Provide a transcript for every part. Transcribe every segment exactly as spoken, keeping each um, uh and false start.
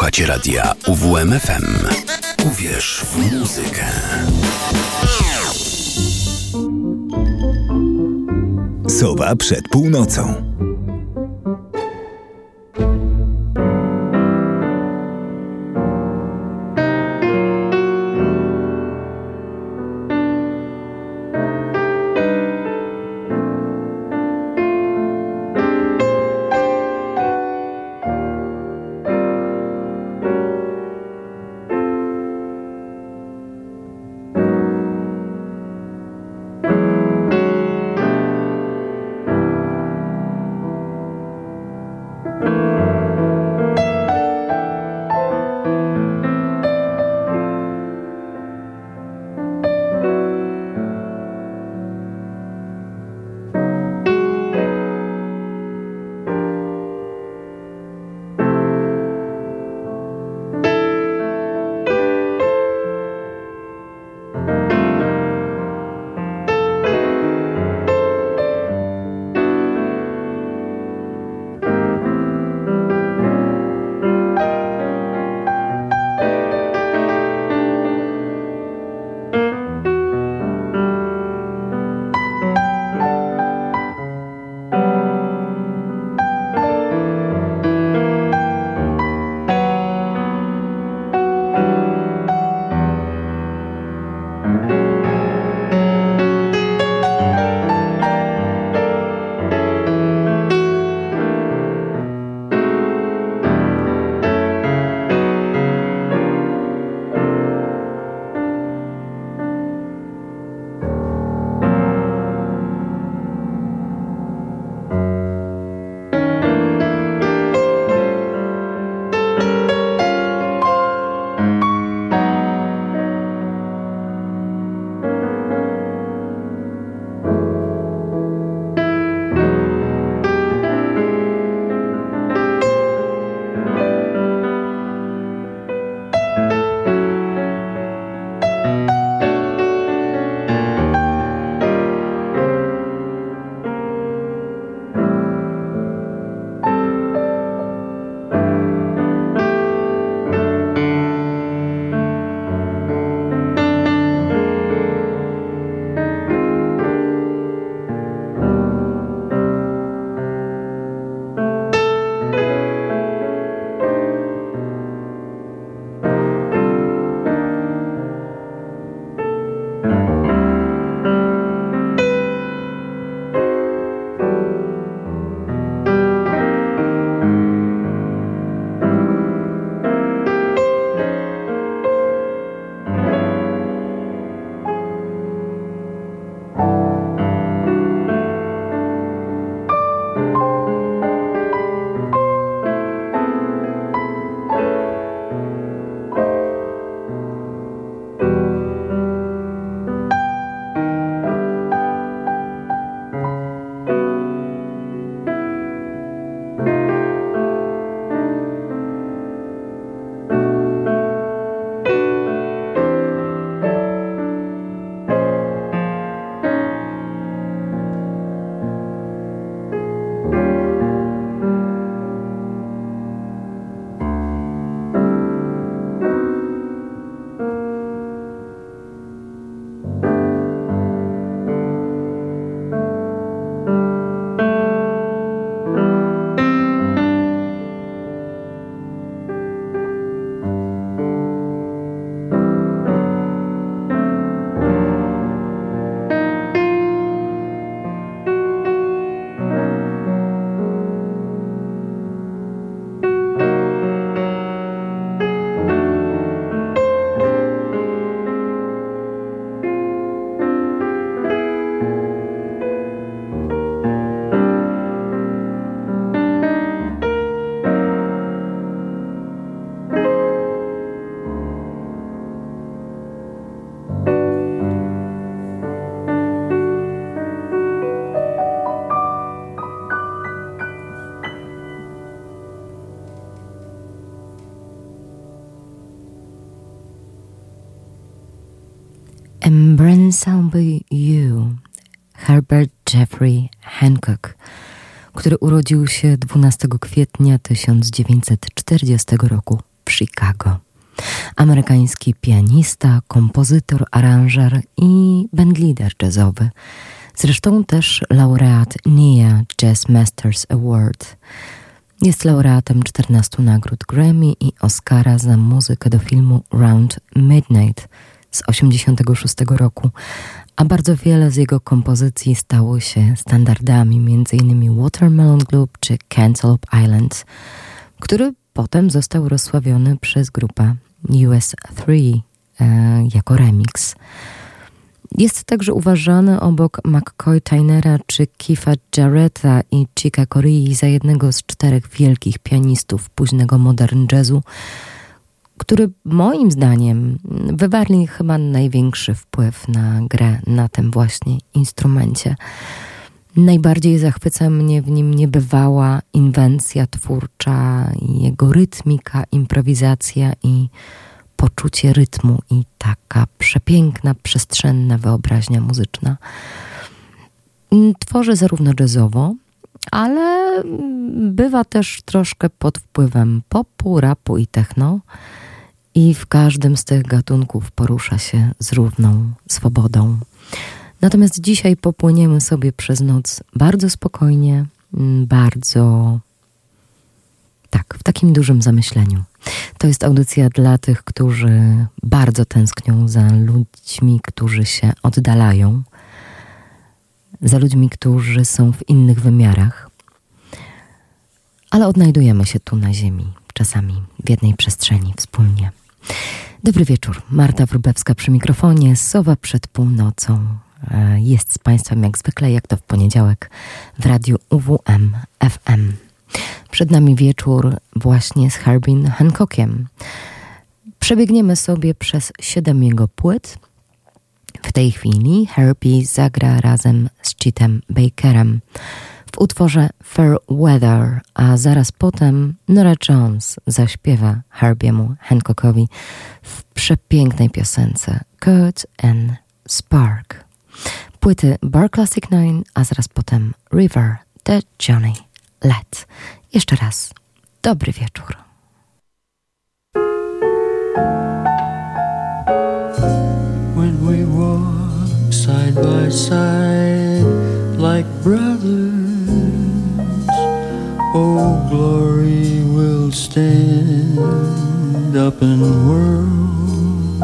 Słuchacie radia U W M F M. Uwierz w muzykę. Sowa przed północą. Embraceable You, Herbert Jeffrey Hancock, który urodził się dwunastego kwietnia tysiąc dziewięćset czterdziestego roku w w Chicago. Amerykański pianista, kompozytor, aranżer i bandleader jazzowy. Zresztą też laureat N I A Jazz Masters Award. Jest laureatem czternastu nagród Grammy i Oscara za muzykę do filmu Round Midnight z osiemdziesiątego szóstego roku, a bardzo wiele z jego kompozycji stało się standardami, między innymi Watermelon Globe czy Cantaloupe Island, który potem został rozsławiony przez grupę U S trzy e, jako remix. Jest także uważany obok McCoy Tynera czy Keefa Jarretta i Chica Corea za jednego z czterech wielkich pianistów późnego modern jazzu, który moim zdaniem wywarli chyba największy wpływ na grę na tym właśnie instrumencie. Najbardziej zachwyca mnie w nim niebywała inwencja twórcza, jego rytmika, improwizacja i poczucie rytmu i taka przepiękna, przestrzenna wyobraźnia muzyczna. Tworzy zarówno jazzowo, ale bywa też troszkę pod wpływem popu, rapu i techno i w każdym z tych gatunków porusza się z równą swobodą. Natomiast dzisiaj popłyniemy sobie przez noc bardzo spokojnie, bardzo tak, w takim dużym zamyśleniu. To jest audycja dla tych, którzy bardzo tęsknią za ludźmi, którzy się oddalają, za ludźmi, którzy są w innych wymiarach, ale odnajdujemy się tu na ziemi, czasami w jednej przestrzeni wspólnie. Dobry wieczór, Marta Wróblewska przy mikrofonie, Sowa przed północą. Jest z Państwem jak zwykle, jak to w poniedziałek, w radiu U W M F M. Przed nami wieczór właśnie z Herbie Hancockiem. Przebiegniemy sobie przez siedem jego płyt. W tej chwili Herbie zagra razem z Chetem Bakerem w utworze Fair Weather, a zaraz potem Nora Jones zaśpiewa Herbiemu Hancockowi w przepięknej piosence Kurt and Spark. Płyty Bar Classic dziewięć, a zaraz potem River the Johnny Let. Jeszcze raz, dobry wieczór. When we walk side by side like brothers, oh glory will stand up and whirl,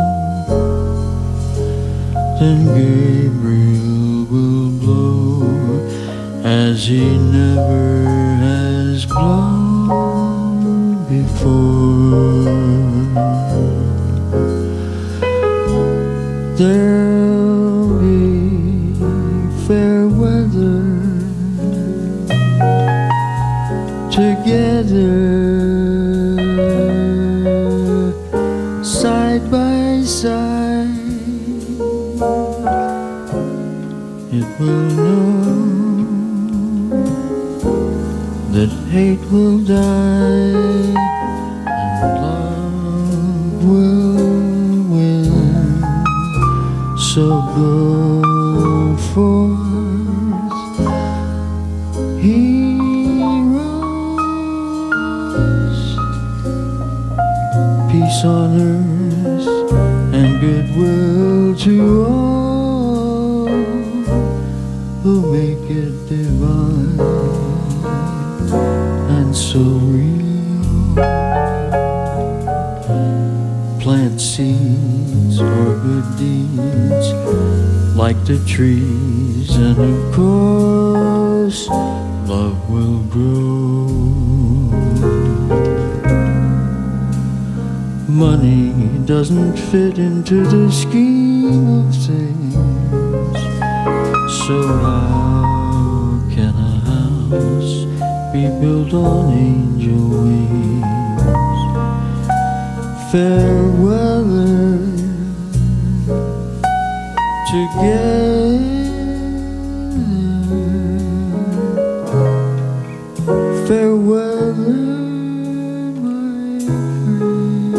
then Gabriel will blow as he never has blown before. There'll be fair weather together, side by side. It will know that hate will die and love will win. So go forth, heroes, peace on earth and goodwill to all who make it divine and so real. Plant seeds or good deeds like the trees, and of course love will grow. Money doesn't fit into the scheme of things, so how can a house be built on angel wings? Fair weather together, fair weather, my friend.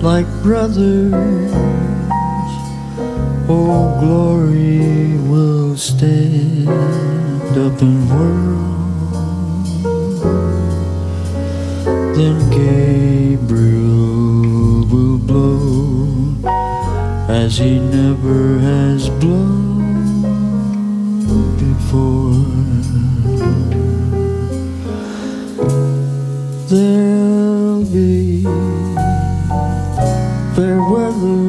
like brothers. Oh, glory will stand up and whirl. Then Gabriel will blow as he never has blown before. There'll be fair weather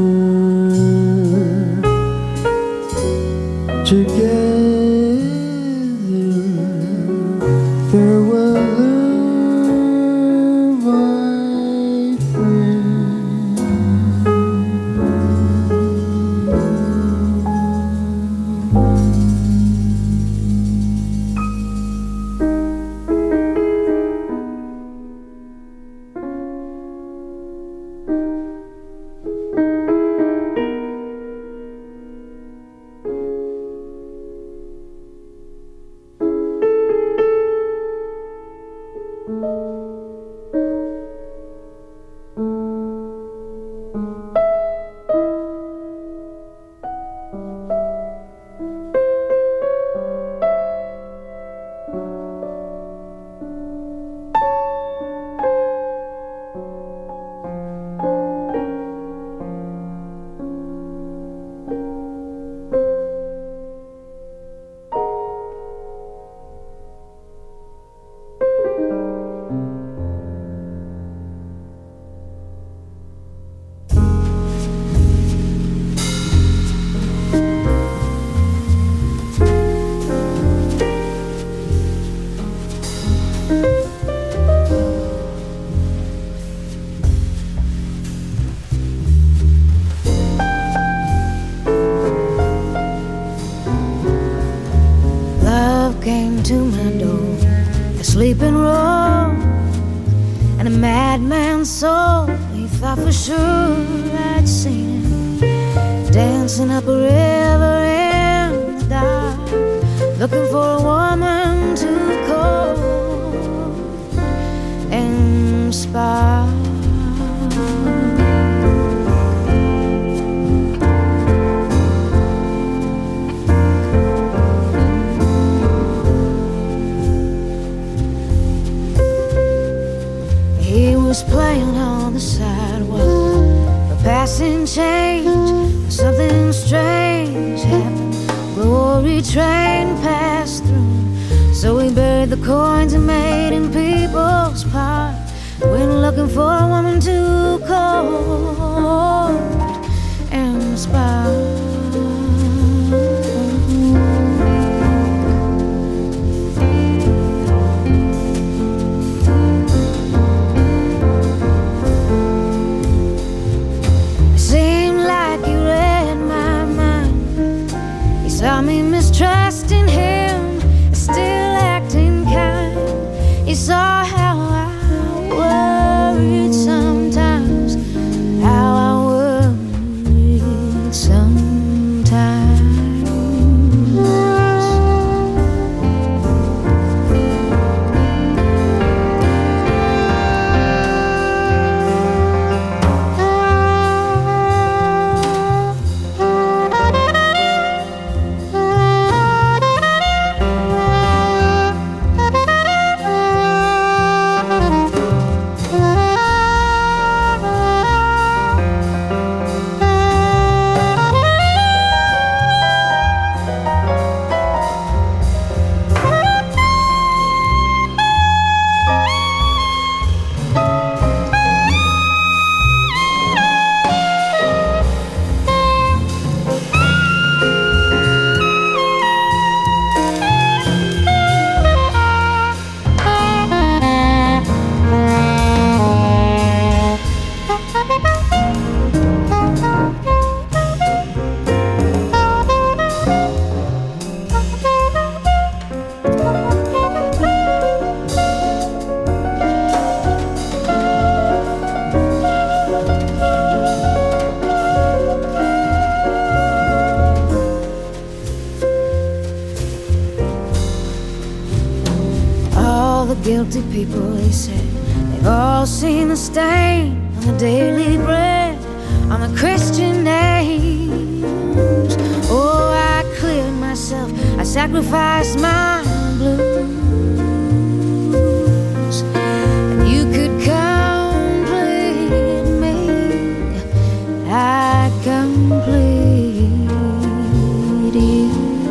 together, fair weather, my friend. Came to my door, a sleeping robe and a madman's soul. He thought for sure I'd seen him dancing up a river in the dark, looking for a woman to call and spark. Was playing on the sidewalk, a passing change, something strange happened. Glory train passed through, so we buried the coins and made in people's park. Went looking for a woman to court and spark. Saw me mistrusting him, still acting kind. He saw how I worried sometimes, how I worried sometimes. Guilty people, he said, they've all seen the stain on the daily bread. on the Christian names. Oh, I cleared myself, I sacrificed my blues, and you could complete me. I complete you.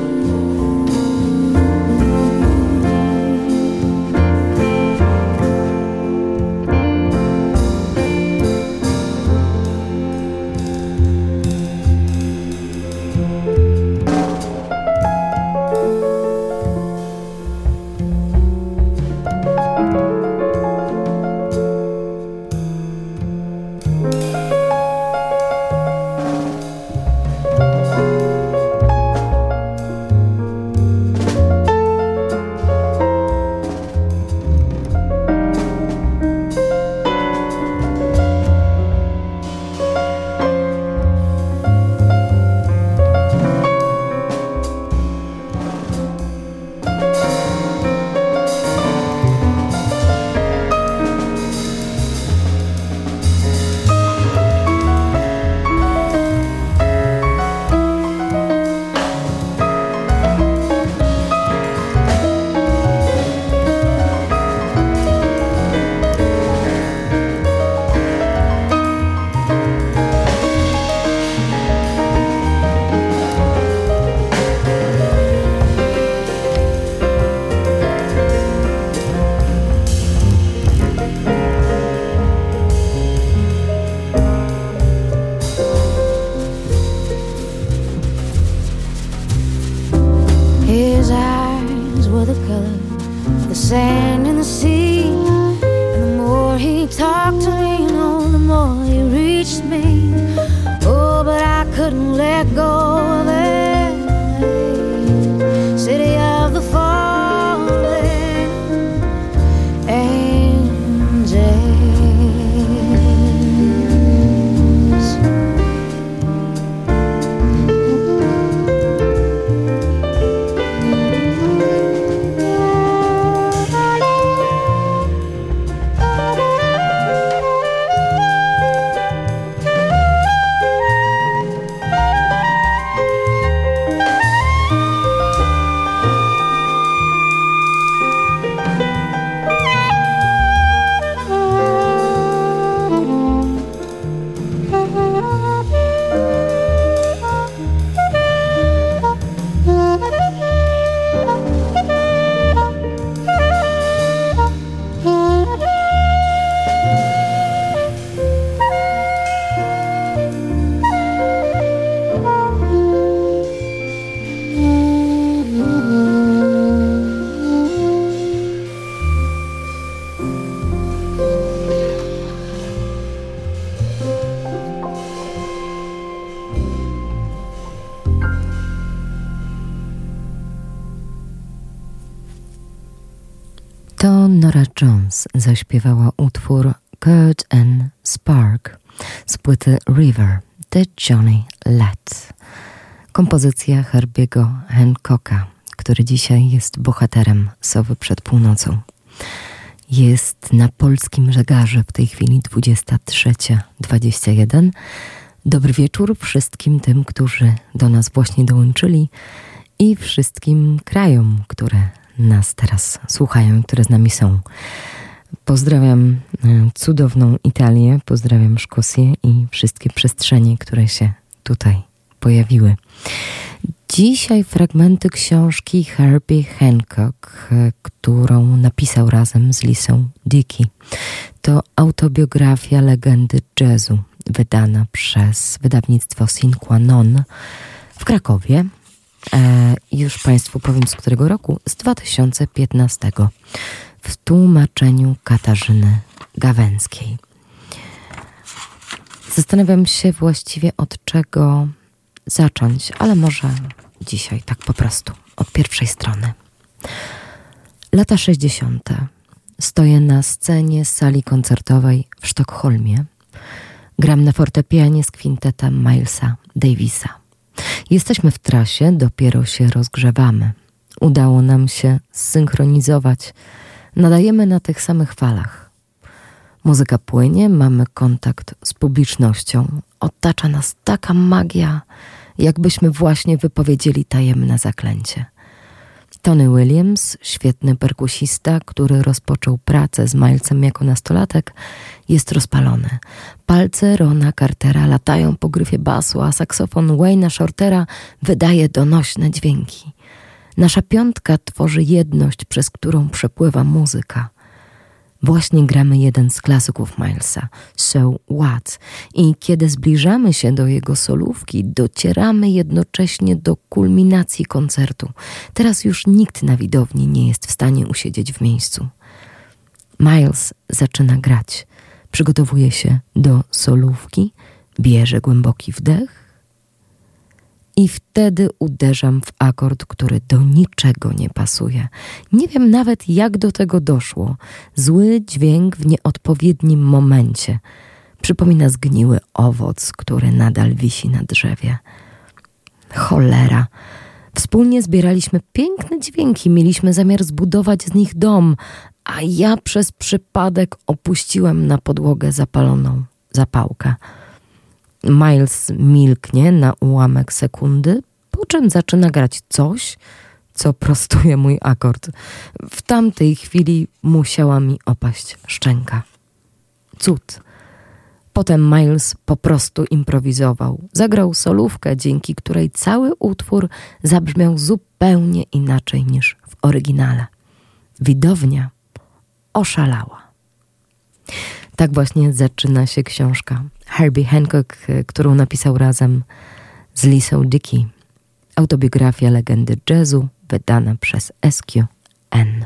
To Nora Jones zaśpiewała utwór Curd and Spark z płyty River The Johnny Lett. Kompozycja Herbiego Hancocka, który dzisiaj jest bohaterem Sowy przed północą. Jest na polskim zegarze w tej chwili dwudziesta trzecia dwadzieścia jeden. Dobry wieczór wszystkim tym, którzy do nas właśnie dołączyli i wszystkim krajom, które nas teraz słuchają, które z nami są. Pozdrawiam cudowną Italię, pozdrawiam Szkocję i wszystkie przestrzenie, które się tutaj pojawiły. Dzisiaj fragmenty książki Herbie Hancock, którą napisał razem z Lisą Dickey. To autobiografia legendy jazzu, wydana przez wydawnictwo Sine Qua Non w Krakowie. E, już Państwu powiem z którego roku, z dwa tysiące piętnastego, w tłumaczeniu Katarzyny Gawęckiej. Zastanawiam się właściwie od czego zacząć, ale może dzisiaj tak po prostu, od pierwszej strony. Lata sześćdziesiąte. Stoję na scenie sali koncertowej w Sztokholmie. Gram na fortepianie z kwintetem Milesa Davisa. Jesteśmy w trasie, dopiero się rozgrzewamy. Udało nam się zsynchronizować. Nadajemy na tych samych falach. Muzyka płynie, mamy kontakt z publicznością. Otacza nas taka magia, jakbyśmy właśnie wypowiedzieli tajemne zaklęcie. Tony Williams, świetny perkusista, który rozpoczął pracę z Milesem jako nastolatek, jest rozpalony. Palce Rona Cartera latają po gryfie basu, a saksofon Wayne'a Shortera wydaje donośne dźwięki. Nasza piątka tworzy jedność, przez którą przepływa muzyka. Właśnie gramy jeden z klasyków Milesa, So What? I kiedy zbliżamy się do jego solówki, docieramy jednocześnie do kulminacji koncertu. Teraz już nikt na widowni nie jest w stanie usiedzieć w miejscu. Miles zaczyna grać. Przygotowuje się do solówki, bierze głęboki wdech i wtedy uderzam w akord, który do niczego nie pasuje. Nie wiem nawet, jak do tego doszło. Zły dźwięk w nieodpowiednim momencie. Przypomina zgniły owoc, który nadal wisi na drzewie. Cholera. Wspólnie zbieraliśmy piękne dźwięki, mieliśmy zamiar zbudować z nich dom, a ja przez przypadek opuściłem na podłogę zapaloną zapałkę. Miles milknie na ułamek sekundy, po czym zaczyna grać coś, co prostuje mój akord. W tamtej chwili musiała mi opaść szczęka. Cud. Potem Miles po prostu improwizował. Zagrał solówkę, dzięki której cały utwór zabrzmiał zupełnie inaczej niż w oryginale. Widownia oszalała. Tak właśnie zaczyna się książka Herbie Hancock, którą napisał razem z Lisą Dickey. Autobiografia legendy jazzu, wydana przez S Q N.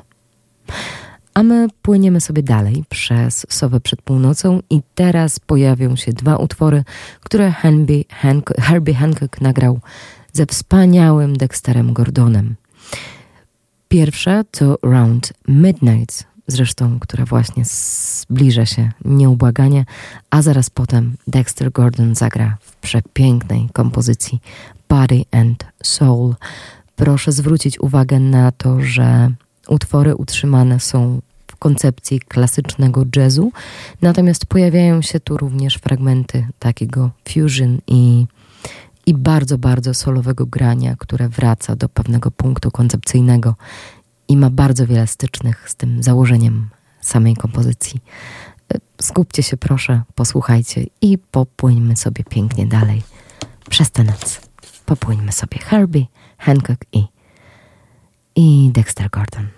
A my płyniemy sobie dalej przez Sowę przed północą i teraz pojawią się dwa utwory, które Herbie Hancock, Herbie Hancock nagrał ze wspaniałym Dexterem Gordonem. Pierwsza to Round Midnight, zresztą, która właśnie zbliża się nieubłaganie, a zaraz potem Dexter Gordon zagra w przepięknej kompozycji Body and Soul. Proszę zwrócić uwagę na to, że utwory utrzymane są w koncepcji klasycznego jazzu, natomiast pojawiają się tu również fragmenty takiego fusion i, i bardzo, bardzo solowego grania, które wraca do pewnego punktu koncepcyjnego i ma bardzo wiele stycznych z tym założeniem samej kompozycji. Skupcie się proszę, posłuchajcie i popłyńmy sobie pięknie dalej. Przez tę noc popłyńmy sobie Herbie Hancock i, i Dexter Gordon.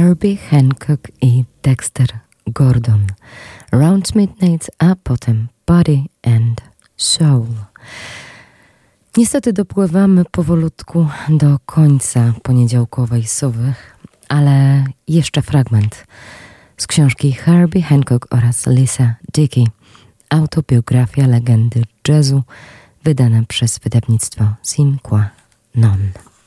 Herbie Hancock i Dexter Gordon. Round Midnight, a potem Body and Soul. Niestety dopływamy powolutku do końca poniedziałkowej sowy, ale jeszcze fragment z książki Herbie Hancock oraz Lisa Dickey. Autobiografia legendy jazzu, wydana przez wydawnictwo Sine Qua Non.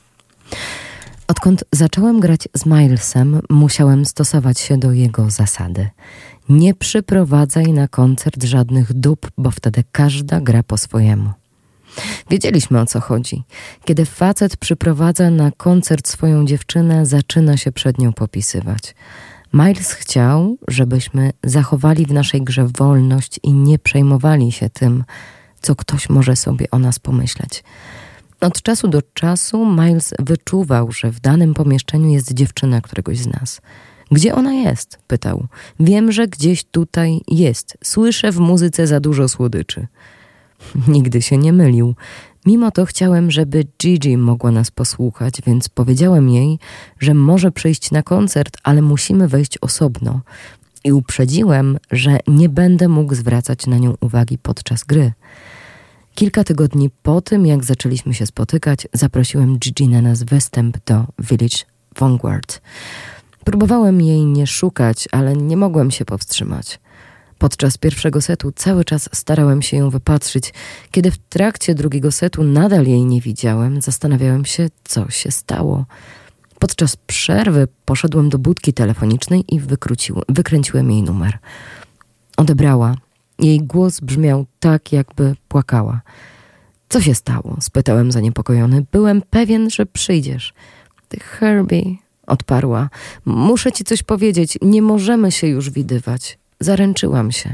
Odkąd zacząłem grać z Milesem, musiałem stosować się do jego zasady. Nie przyprowadzaj na koncert żadnych dup, bo wtedy każda gra po swojemu. Wiedzieliśmy, o co chodzi. Kiedy facet przyprowadza na koncert swoją dziewczynę, zaczyna się przed nią popisywać. Miles chciał, żebyśmy zachowali w naszej grze wolność i nie przejmowali się tym, co ktoś może sobie o nas pomyśleć. Od czasu do czasu Miles wyczuwał, że w danym pomieszczeniu jest dziewczyna któregoś z nas. Gdzie ona jest? Pytał. Wiem, że gdzieś tutaj jest. Słyszę w muzyce za dużo słodyczy. Nigdy się nie mylił. Mimo to chciałem, żeby Gigi mogła nas posłuchać, więc powiedziałem jej, że może przyjść na koncert, ale musimy wejść osobno. I uprzedziłem, że nie będę mógł zwracać na nią uwagi podczas gry. Kilka tygodni po tym, jak zaczęliśmy się spotykać, zaprosiłem Gigi na nasz występ do Village Vanguard. Próbowałem jej nie szukać, ale nie mogłem się powstrzymać. Podczas pierwszego setu cały czas starałem się ją wypatrzyć. Kiedy w trakcie drugiego setu nadal jej nie widziałem, zastanawiałem się, co się stało. Podczas przerwy poszedłem do budki telefonicznej i wykrócił, wykręciłem jej numer. Odebrała. Jej głos brzmiał tak, jakby płakała. Co się stało? Spytałem zaniepokojony. Byłem pewien, że przyjdziesz. Ty, Herbie, odparła. Muszę ci coś powiedzieć. Nie możemy się już widywać. Zaręczyłam się.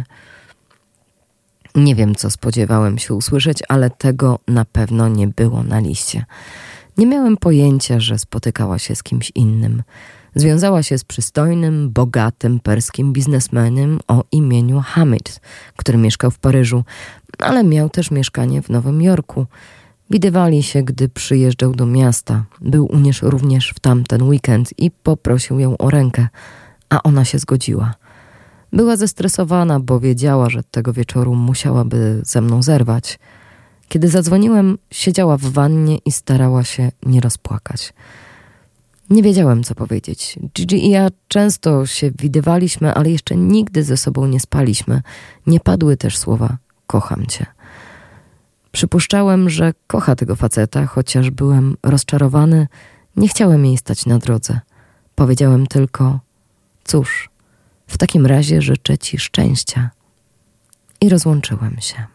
Nie wiem, co spodziewałem się usłyszeć, ale tego na pewno nie było na liście. Nie miałem pojęcia, że spotykała się z kimś innym. Związała się z przystojnym, bogatym perskim biznesmenem o imieniu Hamid, który mieszkał w Paryżu, ale miał też mieszkanie w Nowym Jorku. Widywali się, gdy przyjeżdżał do miasta. Był u niej również w tamten weekend i poprosił ją o rękę, a ona się zgodziła. Była zestresowana, bo wiedziała, że tego wieczoru musiałaby ze mną zerwać. Kiedy zadzwoniłem, siedziała w wannie i starała się nie rozpłakać. Nie wiedziałem, co powiedzieć. Gigi i ja często się widywaliśmy, ale jeszcze nigdy ze sobą nie spaliśmy. Nie padły też słowa kocham cię. Przypuszczałem, że kocha tego faceta, chociaż byłem rozczarowany, nie chciałem jej stać na drodze. Powiedziałem tylko cóż, w takim razie życzę ci szczęścia. I rozłączyłem się.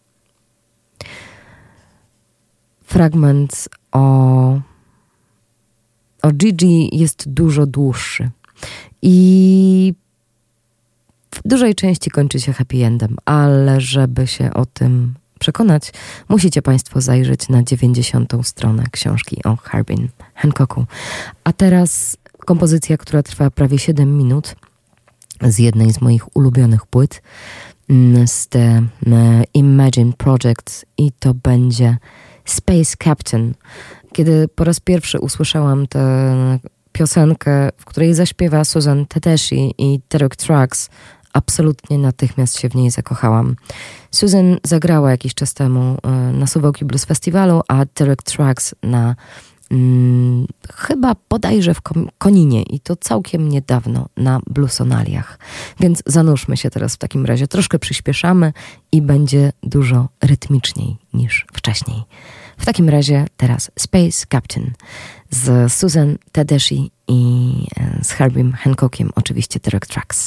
Fragment o, o Gigi jest dużo dłuższy i w dużej części kończy się happy endem, ale żeby się o tym przekonać, musicie Państwo zajrzeć na dziewięćdziesiątą stronę książki o Herbie Hancocku. A teraz kompozycja, która trwa prawie siedem minut, z jednej z moich ulubionych płyt, z The Imagine Project, i to będzie Space Captain. Kiedy po raz pierwszy usłyszałam tę piosenkę, w której zaśpiewa Susan Tedeschi i Derek Trucks, absolutnie natychmiast się w niej zakochałam. Susan zagrała jakiś czas temu na Suwałki Blues Festiwalu, a Derek Trucks na Hmm, chyba bodajże w Koninie i to całkiem niedawno na Bluesonaliach. Więc zanurzmy się teraz w takim razie. Troszkę przyspieszamy i będzie dużo rytmiczniej niż wcześniej. W takim razie teraz Space Captain z Susan Tedeschi i z Herbiem Hancockiem, oczywiście Derek Trucks.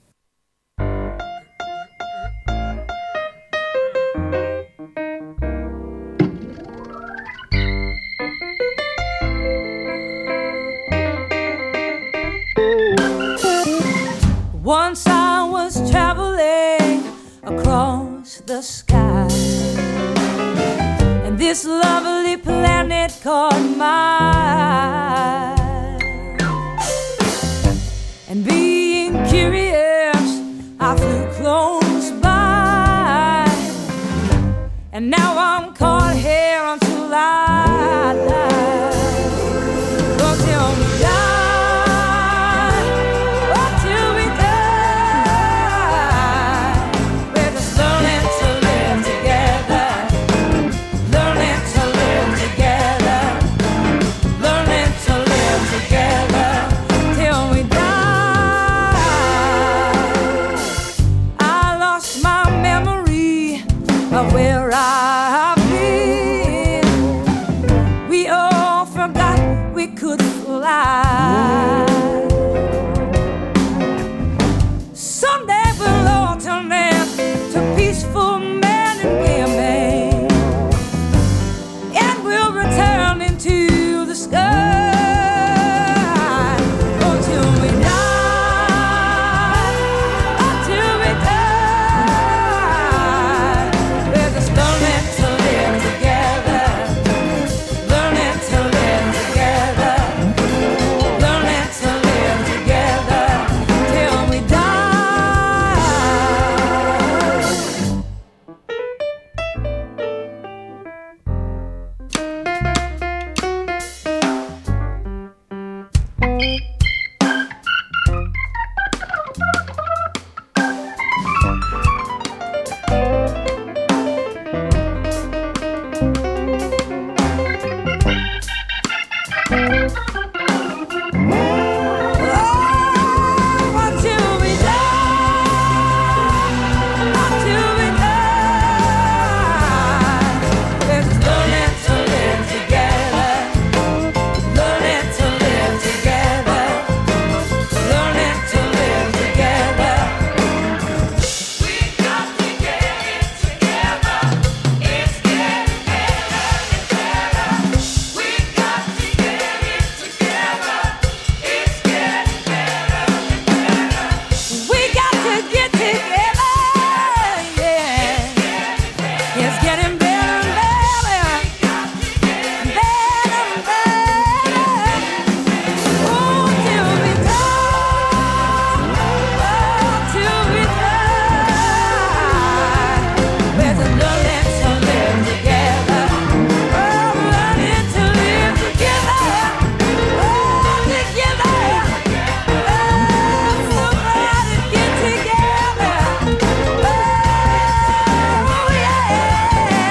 Once I was traveling across the sky, and this lovely planet caught my eye. And being curious, I flew close by, and now I'm caught here until I die. Don't tell me die. of where I've been. We all forgot we could fly. Someday we'll all turn into peaceful men and women, and we'll return into the sky. Until we die, until we die, we're just learning to live together, learning to live together, learning to live together till we die. Yeah.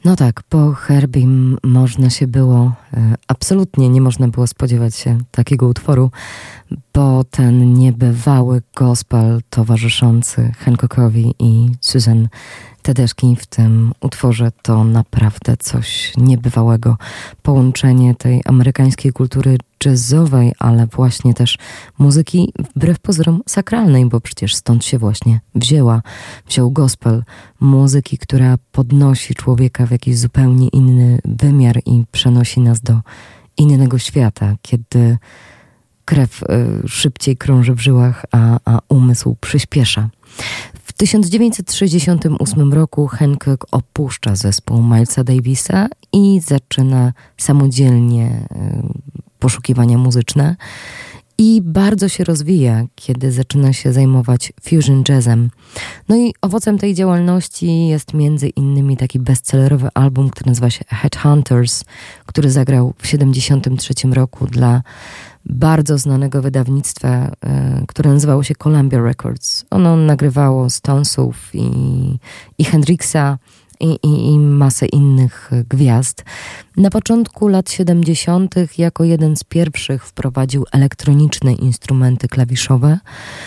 No tak, po Herbim można się było, e, absolutnie nie można było spodziewać się takiego utworu, bo ten niebywały gospel towarzyszący Hancockowi i Susan Tedeschi w tym utworze to naprawdę coś niebywałego. Połączenie tej amerykańskiej kultury jazzowej, ale właśnie też muzyki wbrew pozorom sakralnej, bo przecież stąd się właśnie wzięła. Wziął gospel, muzyki, która podnosi człowieka w jakiś zupełnie inny wymiar i przenosi nas do innego świata, kiedy krew y, szybciej krąży w żyłach, a, a umysł przyspiesza. W tysiąc dziewięćset sześćdziesiątym ósmym roku Hancock opuszcza zespół Milesa Davisa i zaczyna samodzielnie y, poszukiwania muzyczne i bardzo się rozwija, kiedy zaczyna się zajmować fusion jazzem. No i owocem tej działalności jest między innymi taki bestsellerowy album, który nazywa się Headhunters, który zagrał w siedemdziesiątym trzecim roku dla bardzo znanego wydawnictwa, y, które nazywało się Columbia Records. Ono nagrywało Stonesów i, i Hendrixa i, i, i masę innych gwiazd. Na początku lat siedemdziesiątych jako jeden z pierwszych wprowadził elektroniczne instrumenty klawiszowe.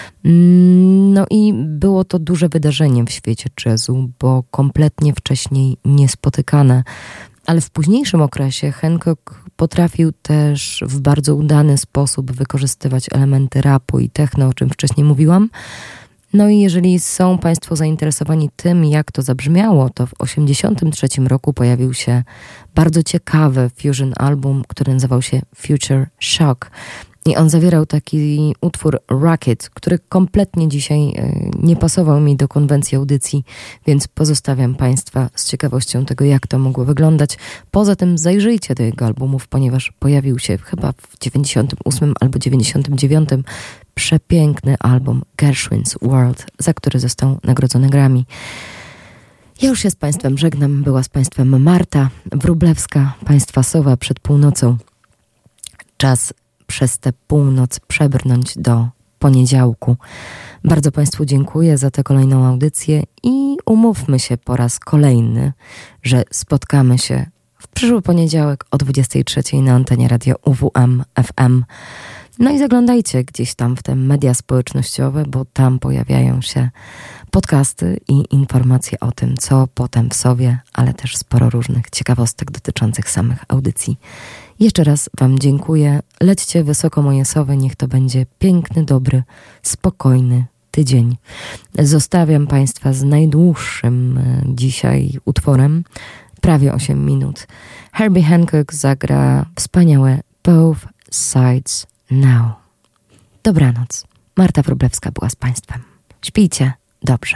No i było to duże wydarzenie w świecie jazzu, bo kompletnie wcześniej niespotykane. Ale w późniejszym okresie Hancock potrafił też w bardzo udany sposób wykorzystywać elementy rapu i techno, o czym wcześniej mówiłam. No i jeżeli są Państwo zainteresowani tym, jak to zabrzmiało, to w osiemdziesiątym trzecim roku pojawił się bardzo ciekawy fusion album, który nazywał się Future Shock. I on zawierał taki utwór Rocket, który kompletnie dzisiaj nie pasował mi do konwencji audycji, więc pozostawiam Państwa z ciekawością tego, jak to mogło wyglądać. Poza tym zajrzyjcie do jego albumów, ponieważ pojawił się chyba w dziewięćdziesiątym ósmym albo dziewięćdziesiątym dziewiątym przepiękny album Gershwin's World, za który został nagrodzony Grammy. Ja już się z Państwem żegnam. Była z Państwem Marta Wróblewska, Państwa Sowa przed północą. Czas przez tę północ przebrnąć do poniedziałku. Bardzo Państwu dziękuję za tę kolejną audycję i umówmy się po raz kolejny, że spotkamy się w przyszły poniedziałek o dwudziestej trzeciej na antenie radia U W M F M. No i zaglądajcie gdzieś tam w te media społecznościowe, bo tam pojawiają się podcasty i informacje o tym, co potem w Sowie, ale też sporo różnych ciekawostek dotyczących samych audycji. Jeszcze raz Wam dziękuję. Lećcie wysoko, moje sowy. Niech to będzie piękny, dobry, spokojny tydzień. Zostawiam Państwa z najdłuższym dzisiaj utworem, prawie osiem minut. Herbie Hancock zagra wspaniałe Both Sides Now. Dobranoc. Marta Wróblewska była z Państwem. Śpijcie dobrze.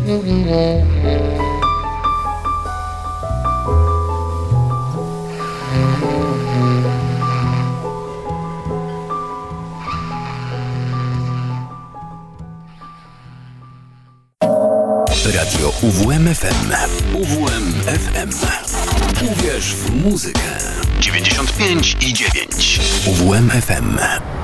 Radio U W M F M. U W M F M. Uwierz w muzykę. dziewięćdziesiąt pięć i dziewięć. U W M F M.